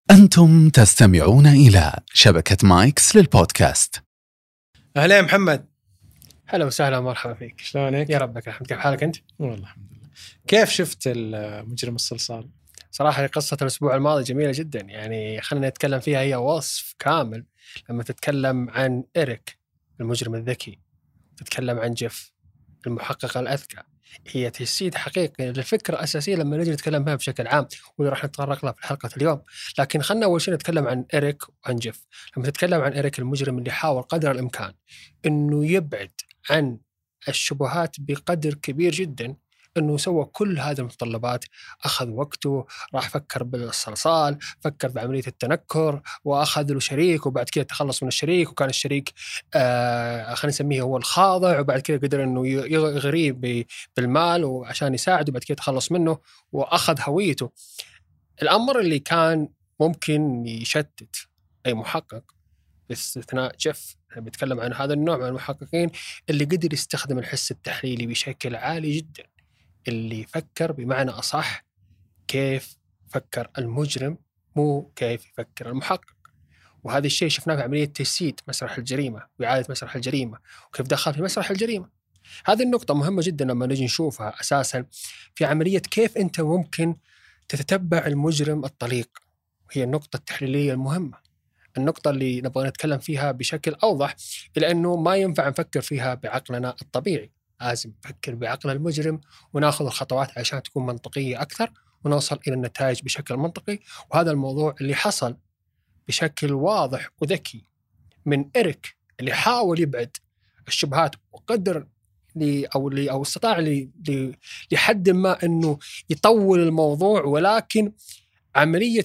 أنتم تستمعون إلى شبكة مايكس للبودكاست. أهلا يا محمد. هلا وسهلا ومرحبا فيك. شلونك؟ يا ربك الحمد. كيف حالك أنت؟ والله الحمد لله. كيف شفت المجرم الصلصال؟ صراحة قصة الأسبوع الماضي جميلة جدا، يعني خلينا نتكلم فيها. هي وصف كامل لما تتكلم عن إريك المجرم الذكي، تتكلم عن جيف المحقق الأذكى. هي تجسيد حقيقي للفكرة الأساسية لما نجي نتكلم بها بشكل عام، واللي راح نتطرق لها في حلقة اليوم. لكن خلنا أول شيء نتكلم عن إريك وعن جيف. لما تتكلم عن إريك المجرم اللي حاول قدر الإمكان إنه يبعد عن الشبهات بقدر كبير جدا، انه سوى كل هذه المتطلبات، اخذ وقته، راح فكر بالصلصال، فكر بعمليه التنكر، واخذ له شريك، وبعد كده تخلص من الشريك، وكان الشريك خلينا نسميه هو الخاضع، وبعد كده قدر انه يغريه بالمال وعشان يساعده، وبعد كده تخلص منه واخذ هويته. الامر اللي كان ممكن يشتت اي محقق باستثناء جيف، بيتكلم عن هذا النوع من المحققين اللي قدر يستخدم الحس التحليلي بشكل عالي جدا، اللي فكر بمعنى أصح كيف فكر المجرم مو كيف يفكر المحقق. وهذا الشيء شفناه في عملية تجسيد مسرح الجريمة وإعادة مسرح الجريمة، وكيف دخل في مسرح الجريمة. هذه النقطة مهمة جدا لما نجي نشوفها أساسا في عملية كيف أنت ممكن تتتبع المجرم الطليق. هي النقطة التحليلية المهمة، النقطة اللي نبغى نتكلم فيها بشكل أوضح، لأنه ما ينفع نفكر فيها بعقلنا الطبيعي، لازم نفكر بعقل المجرم وناخذ الخطوات عشان تكون منطقية أكثر ونوصل إلى النتائج بشكل منطقي. وهذا الموضوع اللي حصل بشكل واضح وذكي من إريك، اللي حاول يبعد الشبهات وقدر أو استطاع لحد ما أنه يطول الموضوع، ولكن عملية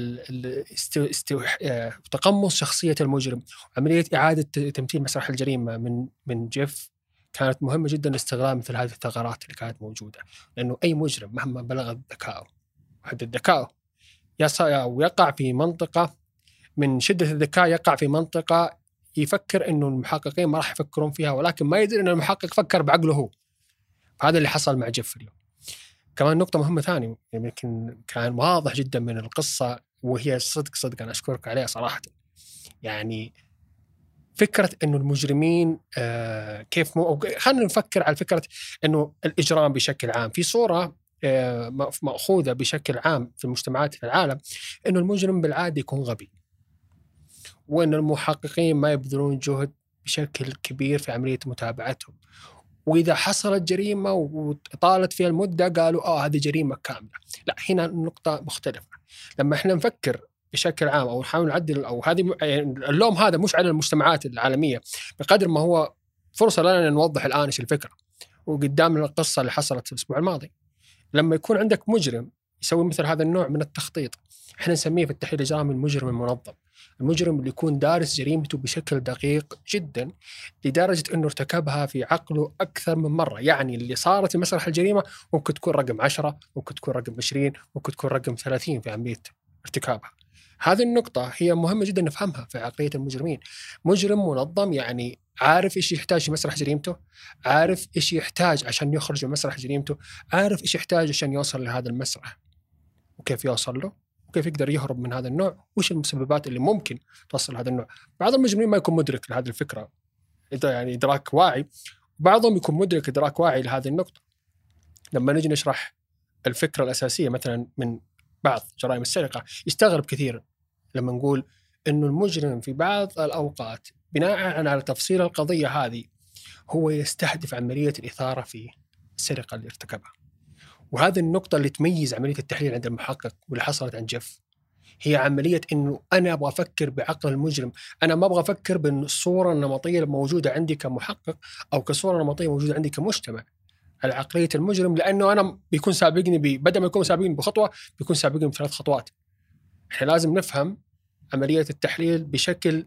تقمص شخصية المجرم، عملية إعادة تمثيل مسرح الجريمة من جيف كانت مهمة جدا لاستغلال مثل هذه الثغرات اللي كانت موجودة. لأنه أي مجرم مهما بلغ ذكاؤه وحد ذكاؤه يقع في منطقة من شدة الذكاء، يقع في منطقة يفكر إنه المحققين ما راح يفكرون فيها، ولكن ما يدري إن المحقق فكر بعقله هو. هذا اللي حصل مع جيف اليوم. كمان نقطة مهمة ثانية يمكن كان واضح جدا من القصة، وهي صدق أنا أشكرك عليها صراحة. يعني فكرة إنه المجرمين كيف خلينا نفكر على فكرة إنه الإجرام بشكل عام في صورة مأخوذة بشكل عام في المجتمعات في العالم، إنه المجرم بالعادة يكون غبي، وإن المحققين ما يبذلون جهد بشكل كبير في عملية متابعتهم، وإذا حصلت جريمة وطالت فيها المدة قالوا هذه جريمة كاملة. لا، هنا النقطة مختلفة. لما احنا نفكر بشكل عام أو نحاول نعدل، أو هذه اللوم هذا مش على المجتمعات العالمية بقدر ما هو فرصة لنا نوضح الآن إيش الفكرة. وقدام القصة اللي حصلت الأسبوع الماضي، لما يكون عندك مجرم يسوي مثل هذا النوع من التخطيط، احنا نسميه في التحليل الإجرامي المجرم المنظم. المجرم اللي يكون دارس جريمته بشكل دقيق جدا لدرجة أنه ارتكبها في عقله أكثر من مرة. يعني اللي صارت في مسرح الجريمة ممكن تكون رقم 10، ممكن تكون رقم 20، ممكن تكون رقم 30 في عملية ارتكابها. هذه النقطة هي مهمة جدا نفهمها في عقلية المجرمين. مجرم منظم يعني عارف إيش يحتاج في مسرح جريمته، عارف إيش يحتاج عشان يخرج من مسرح جريمته، عارف إيش يحتاج عشان يوصل لهذا المسرح، وكيف يوصل له، وكيف يقدر يهرب من هذا النوع، وش المسببات اللي ممكن توصل لهذا النوع. بعض المجرمين ما يكون مدرك لهذه الفكرة، يعني إدراك واعي، وبعضهم يكون مدرك إدراك واعي لهذه النقطة. لما نجي نشرح الفكرة الأساسية مثلا من بعض جرائم السرقة، يستغرب كثير لما نقول إنه المجرم في بعض الأوقات بناء على تفصيل القضية هذه هو يستهدف عملية الإثارة في السرقة اللي ارتكبها. وهذه النقطة اللي تميز عملية التحليل عند المحقق واللي حصلت عن جيف، هي عملية إنه أنا أبغى أفكر بعقل المجرم، أنا ما أبغى أفكر بالصورة النمطية الموجودة عندي كمحقق أو كصورة نمطية موجودة عندي كمجتمع على عقلية المجرم، لأنه أنا بيكون سابقني بدل ما يكون سابقني بخطوة بيكون سابقني ب3 خطوات. إحنا لازم نفهم عملية التحليل بشكل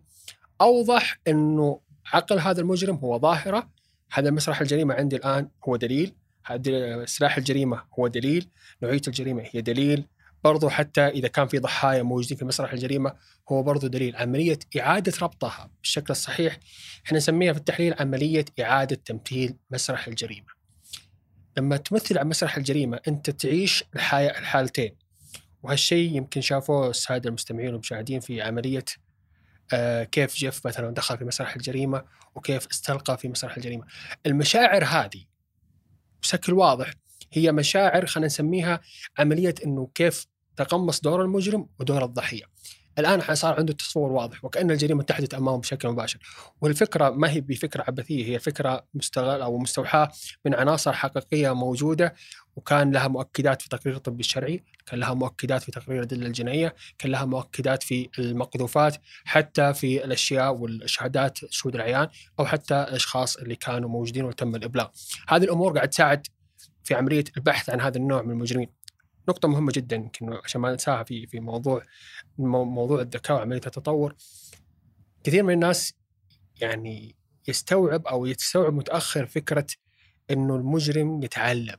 أوضح، إنه عقل هذا المجرم هو ظاهرة، هذا مسرح الجريمة عندي الآن هو دليل، هذا سلاح الجريمة هو دليل، نوعية الجريمة هي دليل، برضو حتى إذا كان في ضحايا موجودين في مسرح الجريمة هو برضو دليل. عملية إعادة ربطها بالشكل الصحيح إحنا نسميها في التحليل عملية إعادة تمثيل مسرح الجريمة. لما تمثل عن مسرح الجريمة أنت تعيش الحالتين، وهالشيء يمكن شافوه السادة المستمعين والمشاهدين في عملية كيف جيف مثلا دخل في مسرح الجريمة وكيف استلقى في مسرح الجريمة. المشاعر هذه بشكل واضح هي مشاعر خلينا نسميها عملية إنه كيف تقمص دور المجرم ودور الضحية. الآن صار عنده تصور واضح وكأن الجريمة تحدث أمامه بشكل مباشر، والفكرة ما هي بفكرة عبثية، هي فكرة مستغلة أو مستوحاة من عناصر حقيقية موجودة، وكان لها مؤكدات في تقرير الطب الشرعي، كان لها مؤكدات في تقرير الأدلة الجنائية، كان لها مؤكدات في المقذوفات، حتى في الأشياء والشهادات شهود العيان، أو حتى الأشخاص اللي كانوا موجودين وتم الإبلاغ. هذه الأمور قاعد تساعد في عملية البحث عن هذا النوع من المجرمين. نقطة مهمة جدا يمكن عشان ما ننساها في موضوع الذكاء وعملية التطور. كثير من الناس يعني يستوعب متأخر فكرة إنه المجرم يتعلم.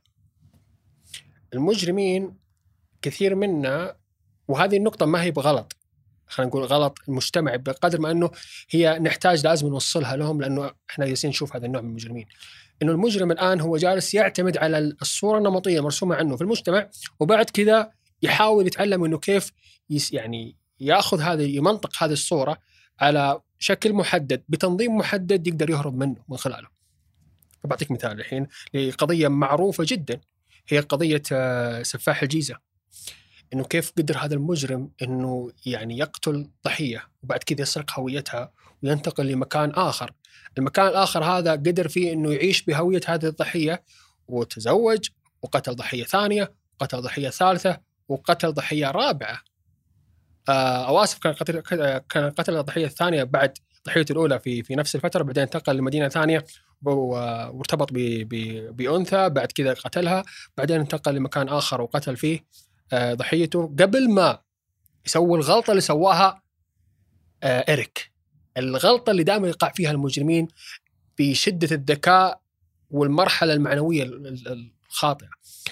المجرمين كثير منا، وهذه النقطة ما هي بغلط، خلينا نقول غلط المجتمع، بقدر ما إنه هي نحتاج لازم نوصلها لهم، لأنه إحنا جالسين نشوف هذا النوع من المجرمين. إنه المجرم الآن هو جالس يعتمد على الصورة النمطية المرسومة عنه في المجتمع، وبعد كذا يحاول يتعلم إنه كيف يعني يأخذ يمنطق هذه الصورة على شكل محدد بتنظيم محدد يقدر يهرب منه من خلاله. بعطيك مثال الحين لقضية معروفة جدا، هي قضية سفاح الجيزة. إنه كيف قدر هذا المجرم إنه يعني يقتل ضحية وبعد كذا يسرق هويتها وينتقل لمكان آخر. المكان الآخر هذا قدر فيه إنه يعيش بهوية هذه الضحية، وتزوج وقتل ضحية ثانية، قتل ضحية ثالثة، وقتل ضحية رابعة. أواسف كان قتل الضحية الثانية بعد ضحيته الأولى في نفس الفترة، بعدين انتقل لمدينة ثانية وارتبط بأنثى، بعد كذا قتلها، بعدين انتقل لمكان آخر وقتل فيه ضحيته قبل ما يسوي الغلطة اللي سواها إريك. الغلطة اللي دائما يقع فيها المجرمين بشدة الذكاء والمرحلة المعنوية الخاطئة.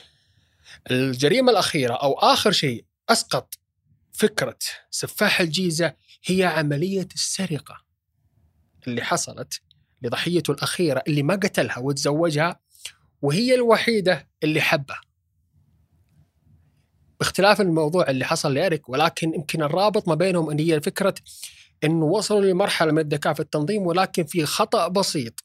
الجريمة الأخيرة أو آخر شيء أسقط فكرة سفاح الجيزة هي عملية السرقة اللي حصلت لضحيته الأخيرة اللي ما قتلها وتزوجها، وهي الوحيدة اللي حبها، باختلاف الموضوع اللي حصل لإريك. ولكن يمكن الرابط ما بينهم أن هي فكرة أنه وصلوا لمرحلة من الذكاء في التنظيم، ولكن في خطأ بسيط،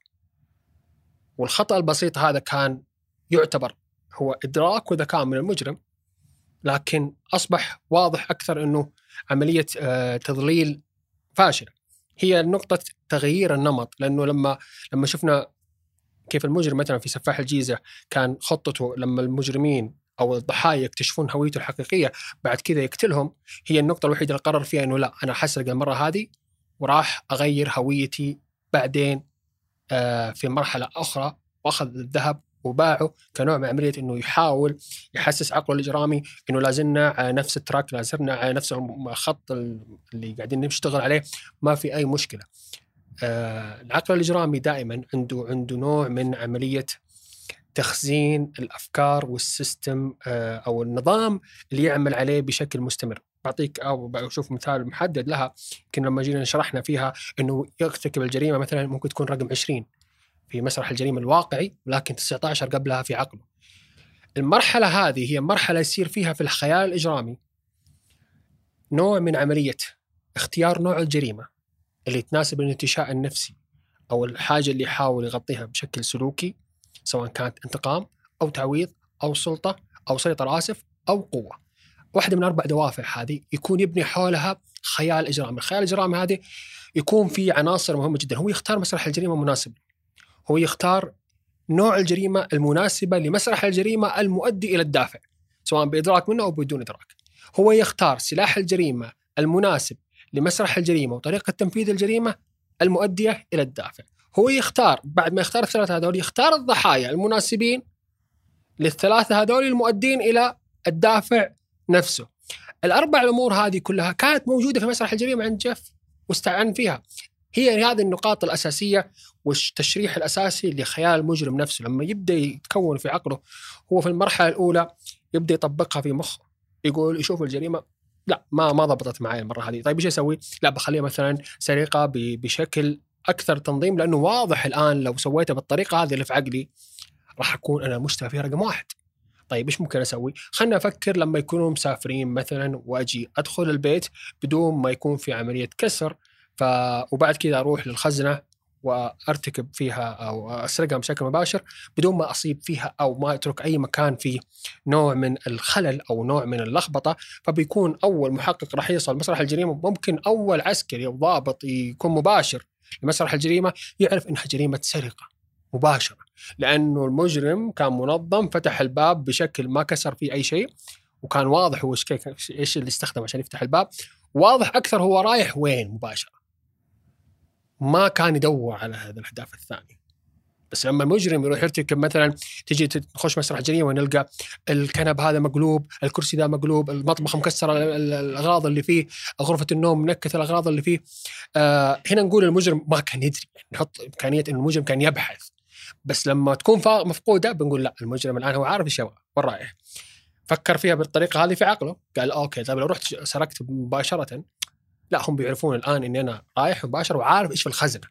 والخطأ البسيط هذا كان يعتبر هو إدراك وذكاء من المجرم، لكن أصبح واضح أكثر أنه عملية تضليل فاشلة. هي نقطة تغيير النمط، لأنه لما شفنا كيف المجرم مثلا في سفاح الجيزة كان خطته لما المجرمين أو الضحايا يكتشفون هويته الحقيقية بعد كذا يقتلهم، هي النقطة الوحيدة اللي قرر فيها أنه لا، أنا حسرق المرة هذه وراح أغير هويتي بعدين في مرحلة أخرى، وأخذ الذهب وباعه كنوع من عملية أنه يحاول يحسس عقله الإجرامي أنه لازلنا على نفس التراك، لازلنا على نفس الخط اللي قاعدين نشتغل عليه، ما في أي مشكلة. العقل الإجرامي دائما عنده نوع من عملية تخزين الأفكار والسيستم أو النظام اللي يعمل عليه بشكل مستمر. بعطيك أو بشوف مثال محدد لها، كنا لما جينا شرحنا فيها أنه يرتكب الجريمة مثلا ممكن تكون رقم 20 في مسرح الجريمة الواقعي، ولكن 19 قبلها في عقله. المرحلة هذه هي مرحلة يصير فيها في الخيال الإجرامي نوع من عملية اختيار نوع الجريمة اللي تناسب الانتشاء النفسي أو الحاجة اللي يحاول يغطيها بشكل سلوكي، سواء كانت انتقام أو تعويض أو سلطة أو سيطرة أو قوة. واحدة من 4 دوافع هذه يكون يبني حولها خيال إجرامي. الخيال الإجرامي هذه يكون فيه عناصر مهمة جدا. هو يختار مسرح الجريمة مناسب، هو يختار نوع الجريمة المناسبة لمسرح الجريمة المؤدي إلى الدافع، سواء بإدراك منه أو بدون إدراك. هو يختار سلاح الجريمة المناسب لمسرح الجريمة وطريقة تنفيذ الجريمة المؤدية إلى الدافع. هو يختار بعد ما يختار الثلاثة هذول يختار الضحايا المناسبين للثلاثة هذول المؤدين إلى الدافع نفسه. 4 الأمور هذه كلها كانت موجودة في مسرح الجريمة عند جيف واستعان فيها. هي هذه النقاط الأساسية والتشريح الأساسي لخيال المجرم نفسه. لما يبدأ يتكون في عقله هو في المرحلة الأولى يبدأ يطبقها في مخه، يشوف الجريمة لا ما ضبطت معي المرة هذه، طيب إيش أسوي؟ لا، بخليها مثلا سرقة بشكل أكثر تنظيم، لأنه واضح الآن لو سويتها بالطريقة هذه اللي في عقلي راح أكون أنا مشتبه فيها رقم 1. طيب إيش ممكن أسوي؟ خلنا أفكر لما يكونوا مسافرين مثلا وأجي أدخل البيت بدون ما يكون في عملية كسر، وبعد كذا أروح للخزنة وأرتكب فيها أو أسرقها بشكل مباشر بدون ما أصيب فيها أو ما أترك أي مكان فيه نوع من الخلل أو نوع من اللخبطة. فبيكون أول محقق راح يصل مسرح الجريمة، ممكن أول عسكري أو ضابط يكون مباشر لمسرح الجريمة يعرف إنها جريمة سرقة مباشرة، لأنه المجرم كان منظم، فتح الباب بشكل ما كسر فيه أي شيء، وكان واضح هو إيش اللي استخدم عشان يفتح الباب، واضح أكثر هو رايح وين مباشرة، ما كان يدور على هذا الأهداف الثانية. بس لما المجرم يروح يرتكب مثلا، تجي تخش مسرح جريمة ونلقى الكنب هذا مقلوب، الكرسي ذا مقلوب، المطبخ مكسر الأغراض اللي فيه، غرفة النوم منكث الأغراض اللي فيه، هنا نقول المجرم ما كان يدري، نحط إمكانية إن المجرم كان يبحث. بس لما تكون مفقودة بنقول لا، المجرم الآن هو عارف إيش يبغى وين رايح، فكر فيها بالطريقة هذه في عقله، قال أوكي طيب لو رحت سرقت مباشرة، لا هم بيعرفون الآن إني أنا رايح مباشر وعارف إيش في الخزنة.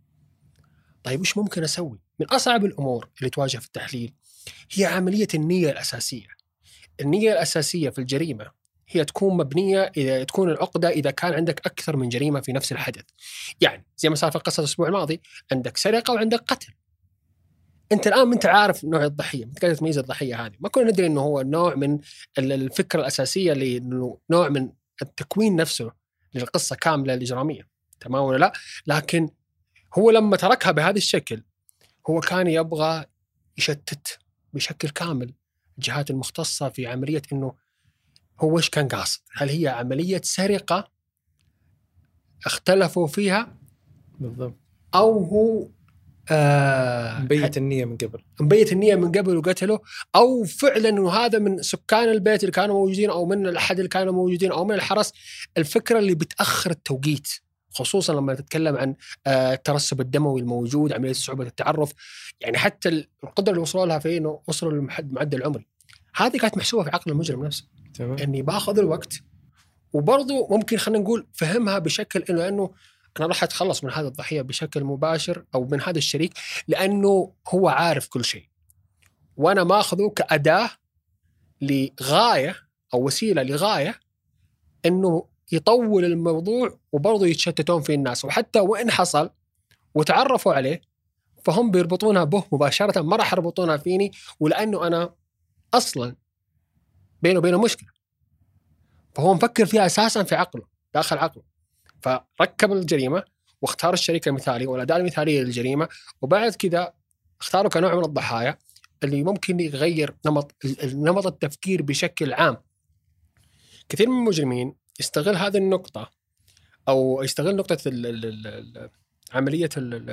طيب إيش ممكن أسوي؟ من أصعب الأمور اللي تواجه في التحليل هي عملية النية الأساسية. النية الأساسية في الجريمة هي تكون مبنية إذا تكون العقدة إذا كان عندك أكثر من جريمة في نفس الحدث. يعني زي ما صار في قصة الأسبوع الماضي، عندك سرقة وعندك قتل. أنت الآن ما أنت عارف نوع الضحية، ما تقدر تميز الضحية هذه، ما كنا ندري إنه هو نوع من الفكرة الأساسية لأنه نوع من التكوين نفسه للقصة كاملة الإجرامية، تمام ولا لا؟ لكن هو لما تركها بهذا الشكل هو كان يبغى يشتت بشكل كامل الجهات المختصة في عملية إنه هو إيش كان قاصد، هل هي عملية سرقة اختلفوا فيها بالضبط، أو هو مبيت النية من قبل، مبيت النية من قبل وقتله، أو فعلا إنه هذا من سكان البيت اللي كانوا موجودين أو من الأحد اللي كانوا موجودين أو من الحرس. الفكرة اللي بتأخر التوقيت، خصوصا لما تتكلم عن الترسب الدموي الموجود، عملية صعوبة التعرف، يعني حتى القدرة اللي وصلوا لها في إنه وصلوا للمعدل العمري، هذه كانت محسوبة في عقل المجرم نفسه، إني باخذ الوقت. وبرضو ممكن خلينا نقول فهمها بشكل إنه أنا راح أتخلص من هذا الضحية بشكل مباشر أو من هذا الشريك، لأنه هو عارف كل شيء وأنا ما أخذه كأداة لغاية أو وسيلة لغاية إنه يطول الموضوع وبرضه يتشتتون في الناس. وحتى وإن حصل وتعرفوا عليه فهم بيربطونها به مباشرة، ما راح يربطونها فيني، ولأنه أنا أصلا بينه وبينه مشكلة، فهو مفكر فيها أساسا في عقله داخل عقله، فركب الجريمة واختار الشريك المثالي والأداة المثالية للجريمة، وبعد كذا اختاروا كنوع من الضحايا اللي ممكن يغير نمط التفكير بشكل عام. كثير من المجرمين يستغل هذه النقطة أو يستغل نقطة عملية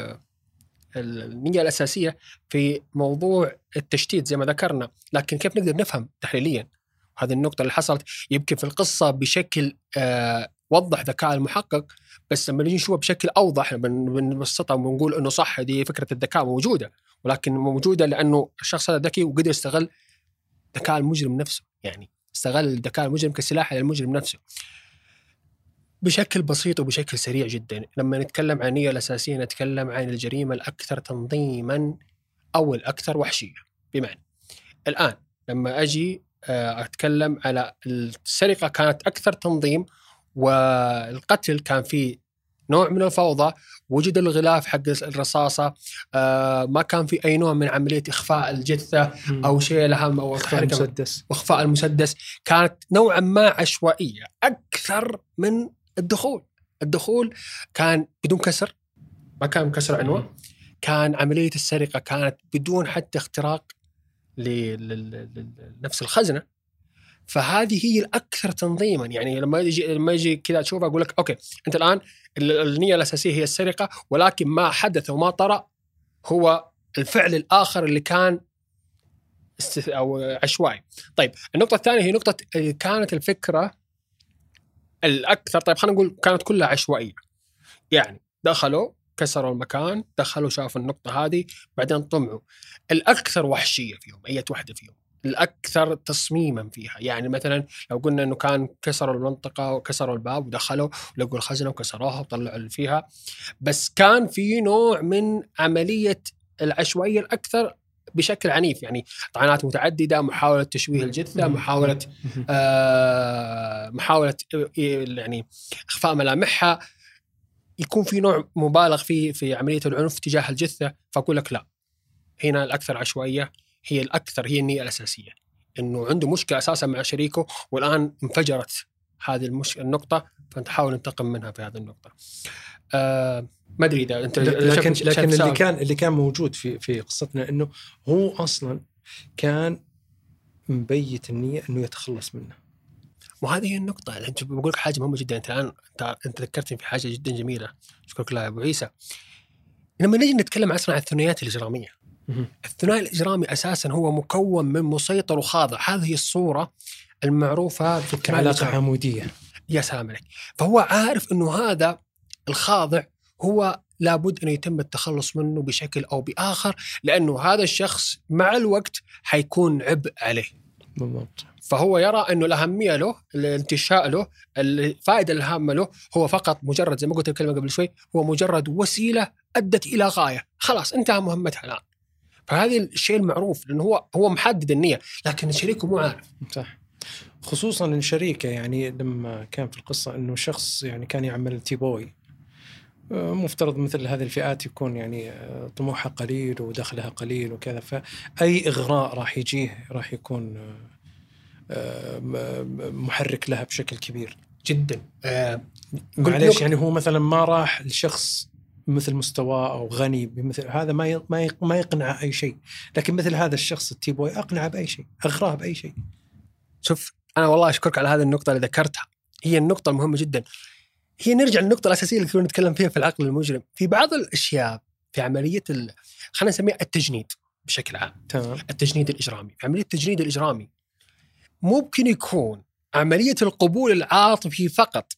النية الأساسية في موضوع التشتيت زي ما ذكرنا. لكن كيف نقدر نفهم تحليليا هذه النقطة اللي حصلت؟ يمكن في القصة بشكل وضح ذكاء المحقق، بس لما نجي نشوفه بشكل أوضح بنبسطها ونقول إنه صح، دي فكرة الذكاء موجودة، ولكن موجودة لأنه الشخص هذا ذكي وقدر يستغل ذكاء المجرم نفسه، يعني استغل الذكاء المجرم كسلاح للمجرم نفسه بشكل بسيط وبشكل سريع جدا. لما نتكلم عن النية الأساسية نتكلم عن الجريمة الأكثر تنظيما أو الأكثر وحشية. بمعنى الآن لما أجي أتكلم على السرقة كانت أكثر تنظيم، والقتل كان فيه نوع من الفوضى، وجد الغلاف حق الرصاصة، ما كان في أي نوع من عملية إخفاء الجثة أو شيء لها، أو إخفاء المسدس، كانت نوعا ما عشوائية أكثر من الدخول كان بدون كسر، ما كان كسر عنوان، كان عملية السرقة كانت بدون حتى اختراق لنفس الخزنة. فهذه هي الأكثر تنظيما. يعني لما يجي كذا تشوف أقول لك أوكي أنت الآن النية الأساسية هي السرقة، ولكن ما حدث وما طرأ هو الفعل الآخر اللي كان أو عشوائي. طيب النقطة الثانية هي نقطة كانت الفكرة الأكثر، طيب خلينا نقول كانت كلها عشوائية، يعني دخلوا كسروا المكان، دخلوا شافوا النقطة هذه، بعدين طمعوا. الأكثر وحشية فيهم أي واحدة فيهم، الأكثر تصميما فيها. يعني مثلا لو قلنا أنه كان كسروا المنطقة وكسروا الباب ودخلوا ولقوا الخزنة وكسروها وطلعوا اللي فيها، بس كان في نوع من عملية العشوائية الأكثر بشكل عنيف، يعني طعنات متعدده، محاوله تشويه الجثه، محاوله يعني اخفاء ملامحها، يكون في نوع مبالغ فيه في عمليه العنف تجاه الجثه. فاقول لك لا، هنا الاكثر عشوائيه هي الاكثر، هي النيه الاساسيه، انه عنده مشكله اساسا مع شريكه والان انفجرت هذه النقطه، فانت حاول تنتقم منها في هذه النقطه. ما ادري اذا انت لكن اللي كان موجود في قصتنا انه هو اصلا كان مبيت النيه انه يتخلص منه. وهذه هي النقطه. انت بقول لك حاجه مهمه جدا. انت الان انت ذكرتني في حاجه جدا جميله، اشكرك لها يا ابو عيسى. لما نجي نتكلم اصلا عن الثنائيات الاجراميه، الثنائي الاجرامي اساسا هو مكون من مسيطر وخاضع. هذه الصوره المعروفه في علاقه حموديه. يا سلام عليك. فهو عارف انه هذا الخاضع هو لابد أن يتم التخلص منه بشكل أو بآخر، لأنه هذا الشخص مع الوقت حيكون عبء عليه. بالضبط. فهو يرى أنه الأهمية له، الانتشاء له، الفائدة الهامة له هو فقط مجرد، زي ما قلت الكلمة قبل شوي، هو مجرد وسيلة أدت إلى غاية، خلاص انتهى مهمتها الآن. فهذا الشيء المعروف، لأنه هو محدد النية، لكن شريكه مو عارف. صح. خصوصا إن شريكه يعني لما كان في القصة أنه شخص يعني كان يعمل تيبوي، مفترض مثل هذه الفئات يكون يعني طموحها قليل ودخلها قليل وكذا، فأي إغراء راح يجيه راح يكون محرك لها بشكل كبير جدا. معليش يعني هو مثلا ما راح لشخص مثل مستواه أو غني بمثل هذا ما يقنع أي شيء، لكن مثل هذا الشخص التيبوي أقنعه بأي شيء، أغراه بأي شيء. شوف أنا والله أشكرك على هذه النقطة اللي ذكرتها، هي النقطة المهمة جدا. هي نرجع للنقطة الأساسية اللي كنا نتكلم فيها في العقل المجرم. في بعض الأشياء في عملية خلينا نسميها التجنيد بشكل عام. تمام. التجنيد الإجرامي، في عملية التجنيد الإجرامي ممكن يكون عملية القبول العاطفي فقط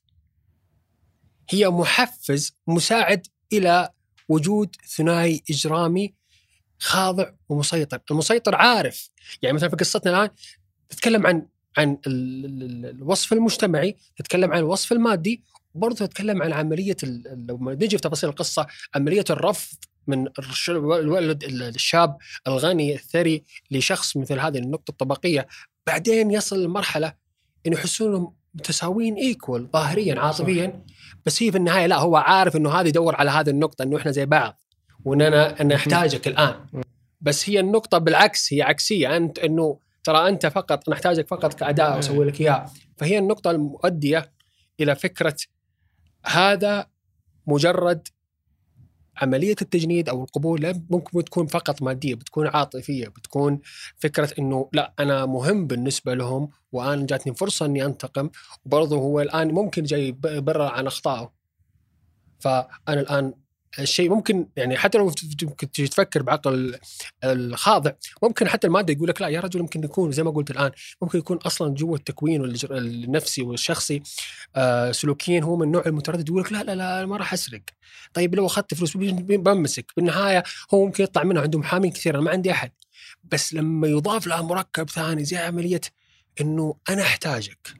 هي محفز مساعد إلى وجود ثنائي إجرامي خاضع ومسيطر. المسيطر عارف، يعني مثلا في قصتنا الآن تتكلم عن الوصف المجتمعي، تتكلم عن الوصف المادي، وبرضه تتكلم عن عملية لما نجي في تفاصيل القصة، عملية الرفض من الولد الشاب الغني الثري لشخص مثل هذه النقطة الطبقية. بعدين يصل لمرحلة إنه يحسون متساويين إيكول ظاهريا عاطفيا، بس هي في النهاية لا، هو عارف إنه هذا يدور على هذه النقطة، إنه إحنا زي بعض وإن أنا أحتاجك الآن. بس هي النقطة بالعكس، هي عكسية، أنت إنه ترى أنت فقط، أنا أحتاجك فقط كأداة أسوي لك إياه. فهي النقطة المؤدية إلى فكرة هذا مجرد عملية التجنيد أو القبول لا ممكن تكون فقط مادية، بتكون عاطفية، بتكون فكرة إنه لا أنا مهم بالنسبة لهم وأنا جاتني فرصة إني أنتقم، وبرضه هو الآن ممكن جاي يبرر عن أخطائه. فأنا الآن الشيء ممكن يعني حتى لو تجي تفكر بعقل الخاضع، ممكن حتى المادة يقول لك لا يا رجل، ممكن يكون زي ما قلت الآن، ممكن يكون أصلا جوا التكوين النفسي والشخصي سلوكيا هو من النوع المتردد، يقول لك لا لا لا ما راح أسرق. طيب لو أخذت فلوس بمسك، بالنهاية هو ممكن يطلع منه عنده محامين كثير، أنا ما عندي أحد. بس لما يضاف له مركب ثاني زي عملية إنه أنا أحتاجك،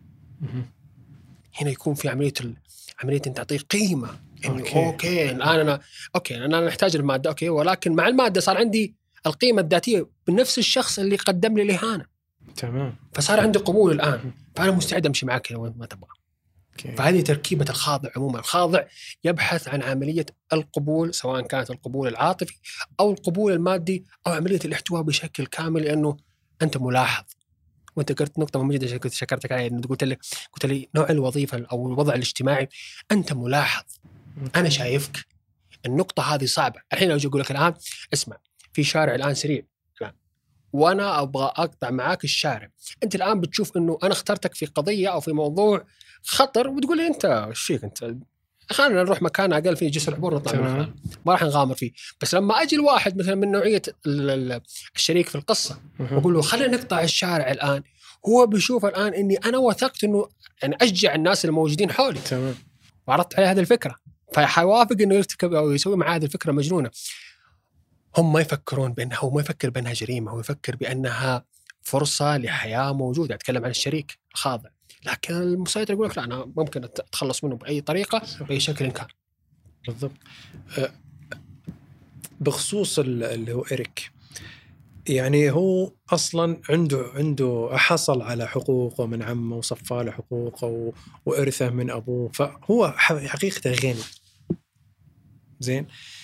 هنا يكون في عملية أن تعطيه قيمة. أوكي الآن أنا نحتاج المادة، أوكي، ولكن مع المادة صار عندي القيمة الذاتية بنفس الشخص اللي قدم لي الإهانة. تمام. فصار عندي قبول الآن، فأنا مستعد أمشي معك لو ما تبغى. فهذه تركيبة الخاضع عموما. الخاضع يبحث عن عملية القبول، سواء كانت القبول العاطفي أو القبول المادي أو عملية الاحتواء بشكل كامل، لأنه أنت ملاحظ. وانت قلت نقطة مهمة جدا كنت شكرتك عليها، انه قلت لي نوع الوظيفة او الوضع الاجتماعي، انت ملاحظ، انا شايفك. النقطة هذه صعبة. الحين اجي اقول لك الان اسمع، في شارع الان سريع الان وانا ابغى اقطع معاك الشارع، انت الان بتشوف انه انا اخترتك في قضية او في موضوع خطر، وبتقول لي انت ايش فيك انت، خلينا نروح مكان اقل فيه جسر عبور نطلع منه، ما راح نغامر فيه. بس لما اجي الواحد مثلا من نوعيه الشريك في القصه واقول له خلينا نقطع الشارع الان، هو بيشوف الان اني انا وثقت انه يعني اشجع الناس الموجودين حولي، تمام، وعرضت عليه هذه الفكره، فحيوافق انه يرتكب او يسوي معاه هذه الفكره مجنونه. هم ما يفكرون بانها، هو ما يفكر بانها جريمه، هو يفكر بانها فرصه لحياه موجوده. اتكلم عن الشريك الخاضع، لكن المسيطر يقول لك لا، أنا ممكن أتخلص منه بأي طريقة بأي شكل كان. بالضبط. بخصوص اللي هو إيريك، يعني هو أصلا عنده حصل على حقوقه من عمه وصفى له حقوقه وإرثه من أبوه، فهو حقيقة غني. زين،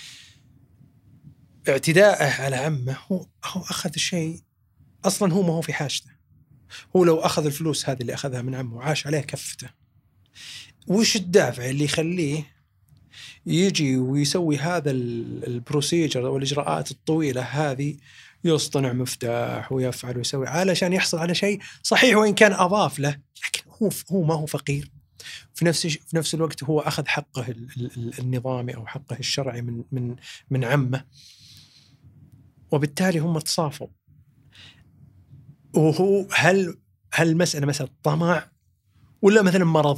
اعتداءه على عمه هو أخذ شيء أصلا هو ما هو في حاجته. هو لو أخذ الفلوس هذه اللي أخذها من عمه وعاش عليها كفته، وش الدافع اللي يخليه يجي ويسوي هذا البروسيجر أو الإجراءات الطويلة هذه، يصطنع مفتاح ويفعل ويسوي علشان يحصل على شيء صحيح وإن كان أضاف له، لكن هو ما هو فقير. في نفس الوقت هو أخذ حقه النظامي أو حقه الشرعي من عمه، وبالتالي هم تصافوا. وهو هل المسألة مسألة طمع ولا مثلا مرض؟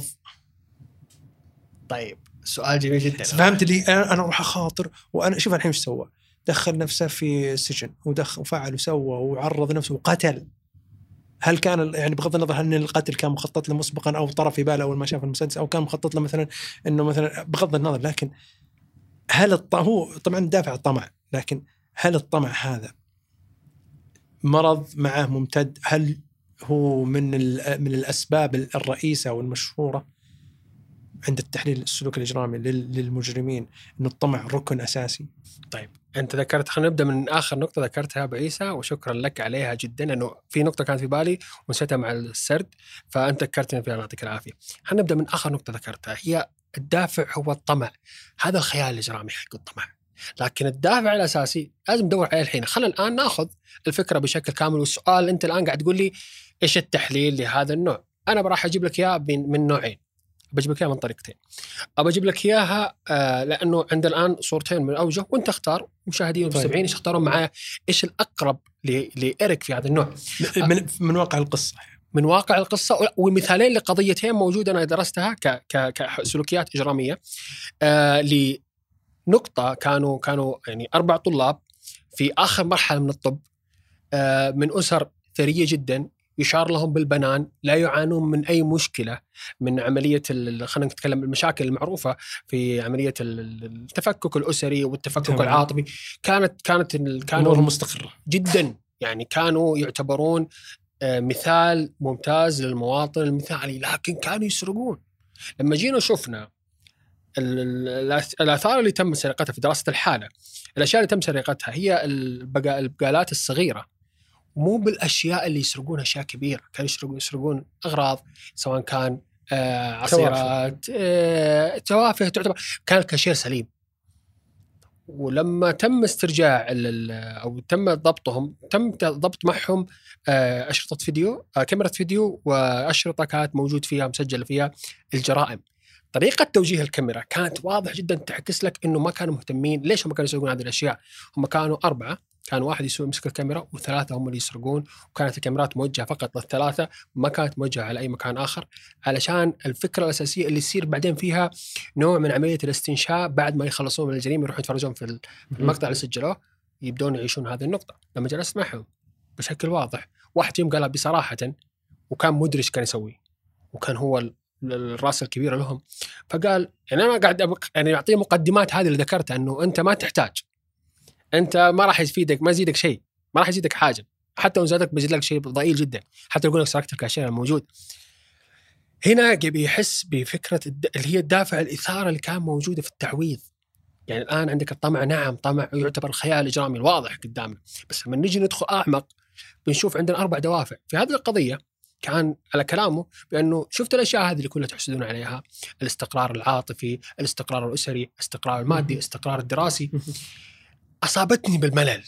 طيب سؤال جميل جدا. فهمت لي أنا أروح أخاطر، وأنا شوف الحين إيش سوى، دخل نفسه في سجن وفعل وسوى وعرض نفسه وقتل. هل كان يعني بغض النظر هل القتل كان مخطط له مسبقا أو طرف في باله أول ما شاف المسدس، أو كان مخطط له مثلا إنه مثلا بغض النظر، لكن هل هو طبعا دافع الطمع، لكن هل الطمع هذا مرض معه ممتد؟ هل هو من الأسباب الرئيسة والمشهورة عند التحليل السلوك الإجرامي للمجرمين إنه الطمع ركن أساسي؟ طيب أنت ذكرت، خلينا نبدأ من آخر نقطة ذكرتها أبو عيسى، وشكرا لك عليها جدا، لأنه في نقطة كانت في بالي ونسيتها مع السرد، فأنت ذكرتني فيها، يعطيك العافية. خلينا نبدأ من آخر نقطة ذكرتها، هي الدافع هو الطمع. هذا الخيال الإجرامي حق الطمع، لكن الدافع الأساسي لازم ندور عليه الحين. خلينا الآن نأخذ الفكرة بشكل كامل. والسؤال أنت الآن قاعد تقول لي إيش التحليل لهذا النوع، أنا براح أجيب لك إياه من نوعين، بجيب لك إياها من طريقتين. أجيب لك إياها لأنه عندنا الآن صورتين من الأوجه، وأنت اختار، مشاهدين ومستمعين إيش اختارون معايا، إيش الأقرب لإيريك في هذا النوع من واقع القصة، من واقع القصة، ومثالين لقضيتين موجودة أنا درستها كسلوكيات إجرامية. لنقطة كانوا يعني 4 طلاب في آخر مرحلة من الطب، من أسر ثرية جدا، يشار لهم بالبنان، لا يعانون من أي مشكلة من عملية خلينا نتكلم المشاكل المعروفة في عملية التفكك الأسري والتفكك العاطفي. كانوا مستقرة جدا، يعني كانوا يعتبرون مثال ممتاز للمواطن المثالي، لكن كانوا يسرقون. لما جينا شفنا الآثار اللي تم سرقتها في دراسة الحالة، الأشياء اللي تم سرقتها هي البقالات الصغيرة، مو بالأشياء اللي يسرقون أشياء كبيرة. كانوا يسرقون أغراض، سواء كان عصيرات، توافه، تعتبر كان كشيء سليم. ولما تم استرجاع أو تم ضبطهم، تم ضبط معهم أشرطة فيديو، كاميرا فيديو، وأشرطة كانت موجود فيها مسجل فيها الجرائم. طريقة توجيه الكاميرا كانت واضح جدا، تعكس لك إنه ما كانوا مهتمين. ليش هم كانوا يسرقون هذه الأشياء؟ هم كانوا 4، كان واحد يمسك الكاميرا و3 هم اللي يسرقون، وكانت الكاميرات موجهة فقط لل3، ما كانت موجهة على أي مكان آخر، علشان الفكرة الأساسية اللي يصير بعدين فيها نوع من عملية الاستنشاء. بعد ما يخلصون من الجريمة يروحون يتفرجون في المقطع اللي سجلوه، يبدون يعيشون هذه النقطة. لما جلست معهم بشكل واضح، واحد فيهم قالها بصراحة، وكان مدرج كان يسوي، وكان هو الراس الكبيرة لهم، فقال يعني أنا قاعد يعني أعطيه مقدمات هذه اللي ذكرتها، أنه أنت ما تحتاج، أنت ما راح يفيدك، ما يزيدك شيء، ما راح يزيدك حاجة، حتى لو زادك بيزيد لك شيء ضئيل جدا، حتى يقول لك سرقت الكاشير الموجود. هنا بيحس بفكرة اللي هي الدافع الإثارة اللي كان موجودة في التعويض. يعني الآن عندك الطمع، نعم طمع يعتبر خيال إجرامي الواضح قدامنا، بس لما نيجي ندخل أعمق بنشوف عندنا 4 دوافع في هذه القضية. كان على كلامه بأنه شفت الأشياء هذه اللي كلها تحسدون عليها، الاستقرار العاطفي، الاستقرار الأسري، الاستقرار المادي، الاستقرار الدراسي، أصابتني بالملل.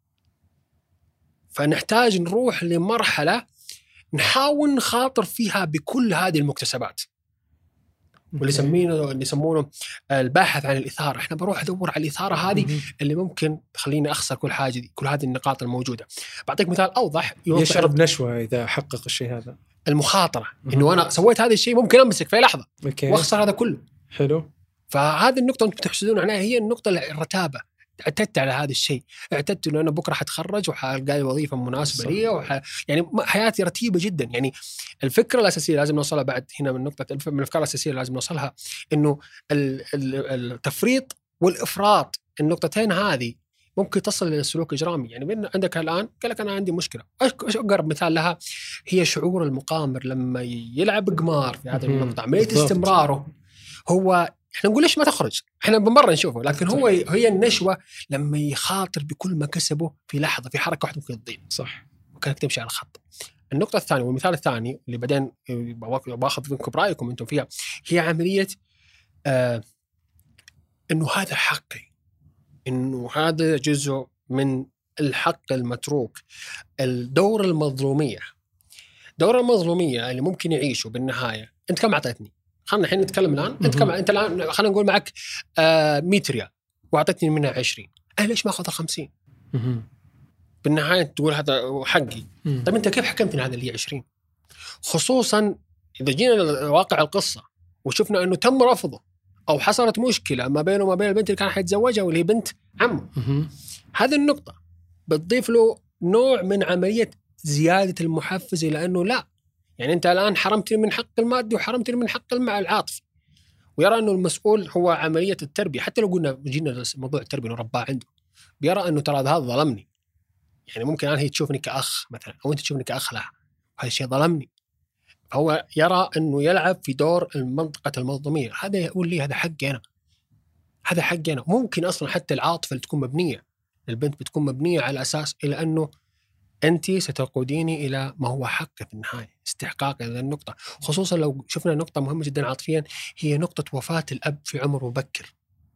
فنحتاج نروح لمرحلة نحاول نخاطر فيها بكل هذه المكتسبات، واللي يسمونه الباحث عن الإثارة. احنا بروح أدور على الإثارة هذه اللي ممكن تخليني أخسر كل حاجة دي، كل هذه النقاط الموجودة. بعطيك مثال أوضح يشرب نشوة إذا حقق الشيء هذا، المخاطرة، إنه أنا سويت هذا الشيء ممكن أمسك في لحظة وأخسر هذا كله. حلو. فهذه النقطة أنتم تحسدون عليها، هي النقطة الرتابة. اعتدت على هذا الشيء، اعتدت إنه أنا بكرة حتخرج وحلقى وظيفة مناسبة لي، يعني حياتي رتيبة جدا. يعني الفكرة الأساسية لازم نوصلها بعد هنا، من نقطة من الأفكار الأساسية لازم نوصلها، إنه التفريط والإفراط، النقطتين هذه ممكن تصل إلى سلوك إجرامي. يعني عندك الآن قال لك أنا عندي مشكلة، أقرب مثال لها هي شعور المقامر لما يلعب قمار في هذه النقطة، عملية استمراره. هو إحنا نقول ليش ما تخرج، إحنا بمرة نشوفه، لكن هي النشوة لما يخاطر بكل ما كسبه في لحظة، في حركة واحدة ممكن تضيع، صح، وكانك تمشي على الخط. النقطة الثانية والمثال الثاني اللي بعدين باخذ منكم برأيكم أنتم فيها، هي عملية إنه هذا حقي، إنه هذا جزء من الحق المتروك. الدور المظلومية اللي ممكن يعيشه بالنهاية. أنت كم أعطيتني؟ خلنا الحين نتكلم الآن. أنت الآن خلنا نقول معك 100 ريال وأعطيتني منها 20، أنا ليش ما أخذ 50؟ بالنهاية تقول هذا حقي. طيب أنت كيف حكمتني هذا اللي 20؟ خصوصا إذا جينا لواقع القصة وشفنا أنه تم رفضه أو حصلت مشكلة ما بينه وما بين البنت اللي كان حيتزوجها واللي هي بنت عمه. هذه النقطة بتضيف له نوع من عملية زيادة المحفزة، لأنه لا، يعني أنت الآن حرمتني من حق المادي وحرمتني من حق العاطفي، ويرى أنه المسؤول هو عملية التربية. حتى لو قلنا جينا موضوع التربية ورباه عنده، بيرى أنه ترى هذا ظلمني. يعني ممكن أنا هي تشوفني كأخ مثلا، أو أنت تشوفني كأخ لها، هذا الشيء ظلمني. هو يرى أنه يلعب في دور المنطقة المظلومية. هذا يقول لي هذا حقي أنا، هذا حقي أنا. ممكن أصلا حتى العاطفة اللي تكون مبنية البنت بتكون مبنية على أساس إلى أنه أنت ستقوديني إلى ما هو حق في النهاية، استحقاق هذه النقطة. خصوصا لو شفنا نقطة مهمة جدا عاطفيا، هي نقطة وفاة الأب في عمر مبكر.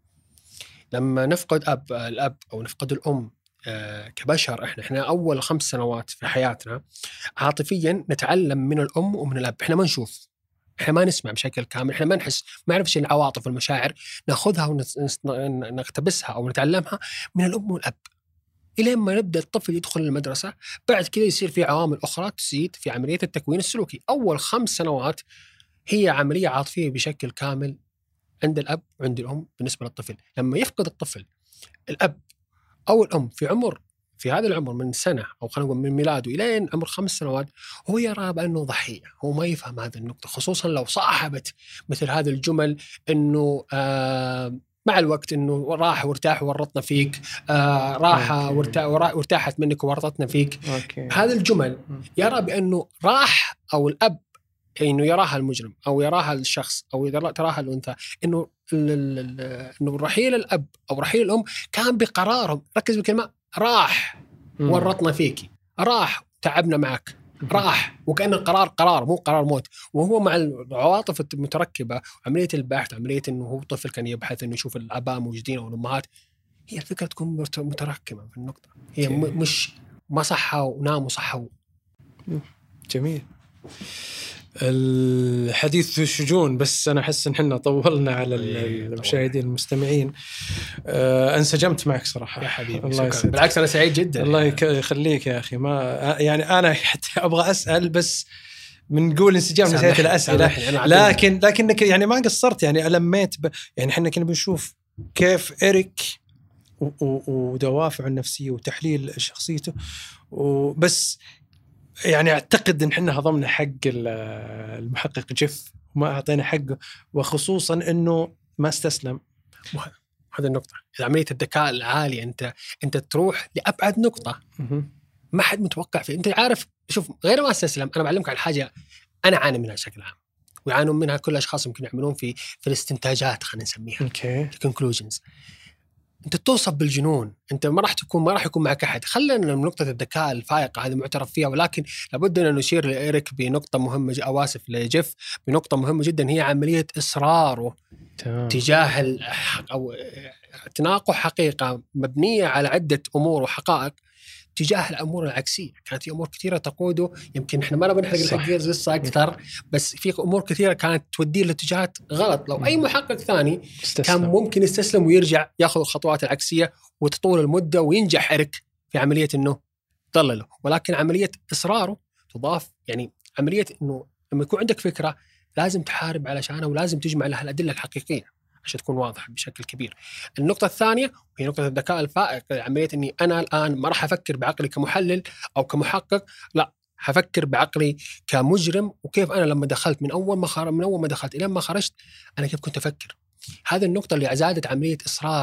لما نفقد الأب أو نفقد الأم كبشر، إحنا أول 5 سنوات في حياتنا عاطفيا نتعلم من الأم ومن الأب. إحنا ما نشوف، إحنا ما نسمع بشكل كامل، إحنا ما نحس، ما نعرف شيء العواطف والمشاعر، نأخذها ونقتبسها أو نتعلمها من الأم والأب إلى ما نبدأ الطفل يدخل المدرسة. بعد كده يصير في عوامل أخرى تزيد في عملية التكوين السلوكي. أول 5 سنوات هي عملية عاطفية بشكل كامل عند الأب وعند الأم بالنسبة للطفل. لما يفقد الطفل الأب أو الأم في هذا العمر من سنة أو خلينا نقول من ميلاده إلى عمر 5 سنوات، هو يرى بأنه ضحية. هو ما يفهم هذه النقطة، خصوصا لو صاحبت مثل هذه الجمل إنه مع الوقت إنه راح وارتاح وورطنا فيك، راح وارتاحت منك وورطتنا فيك. هذه الجمل يرى بأنه راح، أو الأب إنه يراها المجرم أو يراها الشخص أو تراها الأنثى، إنه رحيل الأب أو رحيل الأم كان بقرارهم. ركز بكلمة راح ورطنا فيكي، راح تعبنا معك، راح، وكأن القرار قرار مو قرار موت. وهو مع العواطف المتركبة وعملية البحث، عملية إنه هو طفل كان يبحث إنه يشوف الآباء موجودين أو الأمهات، هي الفكرة تكون متراكمة في النقطة. هي مش ما صحوا وناموا صحوا. جميل الحديث في شجون، بس أنا أحس إن حنا طولنا على المشاهدين المستمعين. انسجمت معك صراحة يا حبيبي، الله يسعدك. بالعكس أنا سعيد جدا. الله يخليك يا أخي. ما يعني أنا حتى أبغى أسأل، بس من قول انسجام نسيت الأسئلة، لكنك يعني ما قصرت، يعني ألميت يعني حنا كنا بنشوف كيف إريك ودوافعه النفسية وتحليل شخصيته، وبس يعني أعتقد إن حنا هضمنا حق المحقق جيف وما أعطينا حقه، وخصوصا إنه ما استسلم. هذا النقطة، عملية الذكاء العالي، أنت تروح لأبعد نقطة ما حد متوقع فيه. أنت عارف، شوف، غير ما استسلم، أنا بعلمك عن حاجة أنا أعاني منها بشكل عام، ويعانون منها كل الأشخاص ممكن يعملون في الاستنتاجات، خلينا نسميها conclusions. أنت توصف بالجنون، أنت ما راح يكون معك أحد. خلينا من نقطة الذكاء الفائقة هذه معترف فيها، ولكن لابد أن نشير لإيريك بنقطة مهمة، أواسف لجيف بنقطة مهمة جدا، هي عملية إصراره تجاه أو تناقض حقيقة مبنية على عدة أمور وحقائق تجاه الأمور العكسية. كانت في أمور كثيرة تقوده، يمكن إحنا ما بنحرق القصة أكثر، بس في أمور كثيرة كانت توديه لاتجاهات غلط. لو أي محقق ثاني كان ممكن يستسلم ويرجع يأخذ الخطوات العكسية وتطول المدة وينجح إريك في عملية إنه ضلله، ولكن عملية إصراره تضاف. يعني عملية إنه لما يكون عندك فكرة لازم تحارب علشانها، ولازم تجمع لها الأدلة الحقيقية عشان تكون واضح بشكل كبير. النقطة الثانية هي نقطة الذكاء الفائق، عملية أني أنا الآن ما راح أفكر بعقلي كمحلل أو كمحقق، لا، هفكر بعقلي كمجرم، وكيف أنا لما دخلت من أول ما دخلت إلى ما خرجت أنا كيف كنت أفكر. هذه النقطة اللي زادت عملية إصرار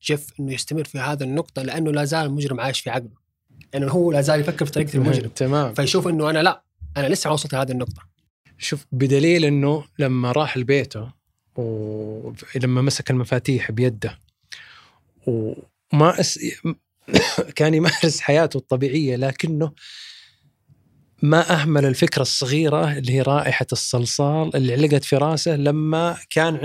جيف انه يستمر في هذا النقطه، لانه لا زال المجرم عايش في عقله، لانه هو لا زال يفكر في طريقه المجرم. تمام. فيشوف انه انا لسه ما وصلت لهذه النقطه. شوف، بدليل انه لما راح لبيته ولما مسك المفاتيح بيده وما كان يمارس حياته الطبيعيه، لكنه ما أهمل الفكرة الصغيرة اللي هي رائحة الصلصال اللي علقت في راسه لما كان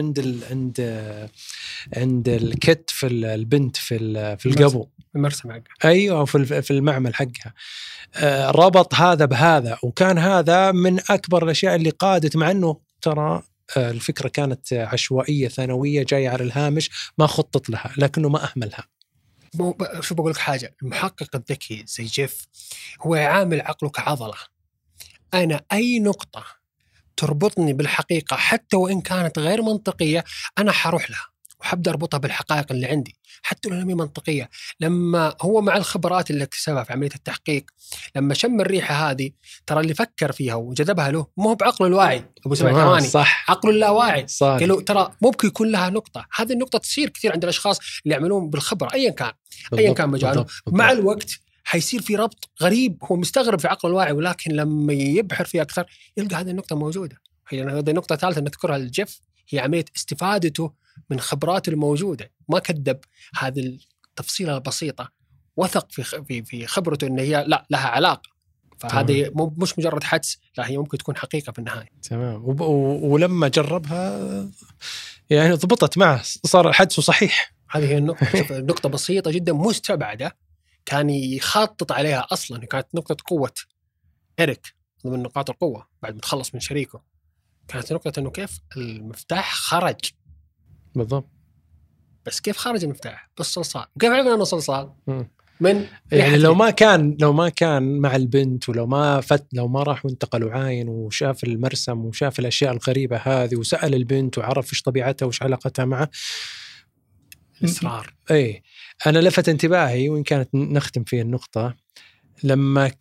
عند الكتف البنت في القبو، المرسم حقها. أيوة، في المعمل حقها. ربط هذا بهذا، وكان هذا من أكبر الأشياء اللي قادت، مع أنه ترى الفكرة كانت عشوائية ثانوية جاية على الهامش ما خطط لها، لكنه ما أهملها. شو بقول لك حاجة، المحقق الذكي زي جيف هو يعامل عقله كعضلة. أنا أي نقطة تربطني بالحقيقة حتى وإن كانت غير منطقية أنا حروح لها وحبدأ أربطها بالحقائق اللي عندي حتى لو لم هي منطقية. لما هو مع الخبرات اللي اكتسبها في عملية التحقيق، لما شم الريحة هذه، ترى اللي فكر فيها وجذبها له مو بعقله الواعي أبو سبع ثواني، صح، عقله اللاواعي. قالوا ترى ممكن يكون لها نقطة. هذه النقطة تصير كثير عند الأشخاص اللي يعملون بالخبرة أيا كان مجاله. بالضبط. مع الوقت حيصير في ربط غريب، هو مستغرب في عقله الواعي، ولكن لما يبحر فيها أكثر يلقى هذه النقطة موجودة. هذه النقطة ثالثة نذكرها للجيف، هي عملية استفادته من خبراته الموجودة. ما كذب هذه التفصيلة البسيطة، وثق في خبرته إن هي لها علاقة. فهذه مش مجرد حدس، لا هي ممكن تكون حقيقة في النهاية. تمام. ولما جربها يعني ضبطت معه، صار الحدس صحيح. هذه هي النقطة. شوف، نقطة بسيطة جدا مستبعدة كان يخطط عليها أصلا، كانت نقطة قوة إريك من نقاط القوة بعد ما تخلص من شريكه. كانت نقطة إنه كيف المفتاح خرج. بالضبط. بس كيف خرج المفتاح؟ بالصلصال. وكيف عرفنا إنه صلصال؟ من يعني لو ما كان مع البنت، ولو ما راح وانتقلوا عاين وشاف المرسم وشاف الأشياء الغريبة هذه وسأل البنت وعرف إيش طبيعتها وإيش علاقتها معه، إصرار. أي، أنا لفت انتباهي وإن كانت نختم فيه النقطة، لما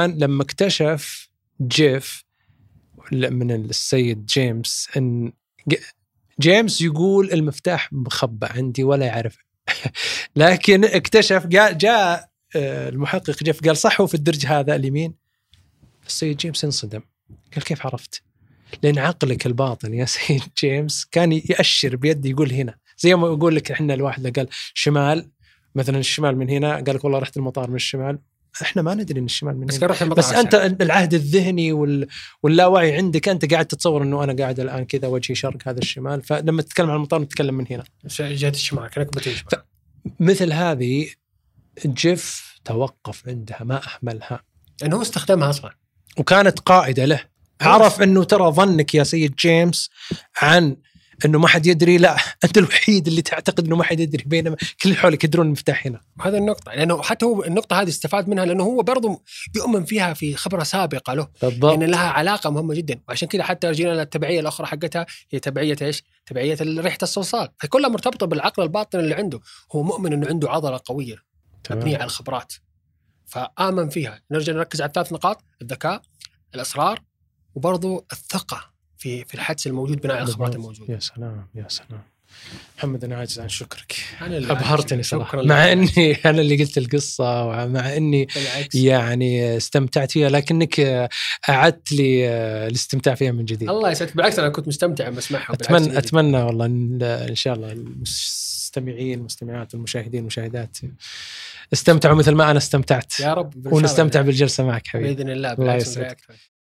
اكتشف جيف من السيد جيمس إن جيمس يقول المفتاح مخبأ عندي ولا يعرف لكن اكتشف جاء المحقق جيف قال صح هو في الدرج هذا اليمين. السيد جيمس انصدم، قال كيف عرفت؟ لأن عقلك الباطن يا سيد جيمس كان يأشر بيد يقول هنا، زي ما يقول لك إحنا الواحد قال شمال مثلا، الشمال من هنا، قال لك والله رحت المطار من الشمال، احنا ما ندري ان الشمال من هنا، بس انت العهد الذهني واللاوعي عندك انت قاعد تتصور انه انا قاعد الان كذا وجهي شرق هذا الشمال، فلما تتكلم عن المطار نتكلم من هنا جهه الشمال كانك بتجي. مثل هذه جيف توقف عندها ما اهملها، انه هو استخدمها اصلا وكانت قائده له. عرف انه ترى ظنك يا سيد جيمس عن انه ما حد يدري، لا انت الوحيد اللي تعتقد انه ما حد يدري، بينما كل اللي حولك يدرون المفتاح هنا. هذا النقطه، لانه حتى هو النقطه هذه استفاد منها، لانه هو برضه يؤمن فيها في خبره سابقه له، بالضبط، ان لها علاقه مهمه جدا. وعشان كذا حتى رجينا للتبعيه الاخرى حقتها، هي تبعيه ايش؟ تبعيه ريحه الصلصال، فكلها مرتبطه بالعقل الباطن اللي عنده. هو مؤمن انه عنده عضله قويه مبنيه على الخبرات، فآمن فيها. نرجع نركز على الثلاث نقاط: الذكاء، الإصرار، وبرضو الثقة في الحدس الموجود بناء على الخبرات الموجودة. يا سلام يا سلام محمد، أنا عاجز عن شكرك، أبهرتني صراحة، مع أني أنا اللي قلت القصة ومع أني يعني استمتعت فيها، لكنك أعدت لي الاستمتاع فيها من جديد. الله يسعدك، بالعكس أنا كنت مستمتع بسمعها. أتمنى والله إن شاء الله المستمعين المستمعات والمشاهدين والمشاهدات استمتعوا مثل ما أنا استمتعت، يا رب، ونستمتع بالجلسة معك حبيبي بإذن الله. الله يسعدك.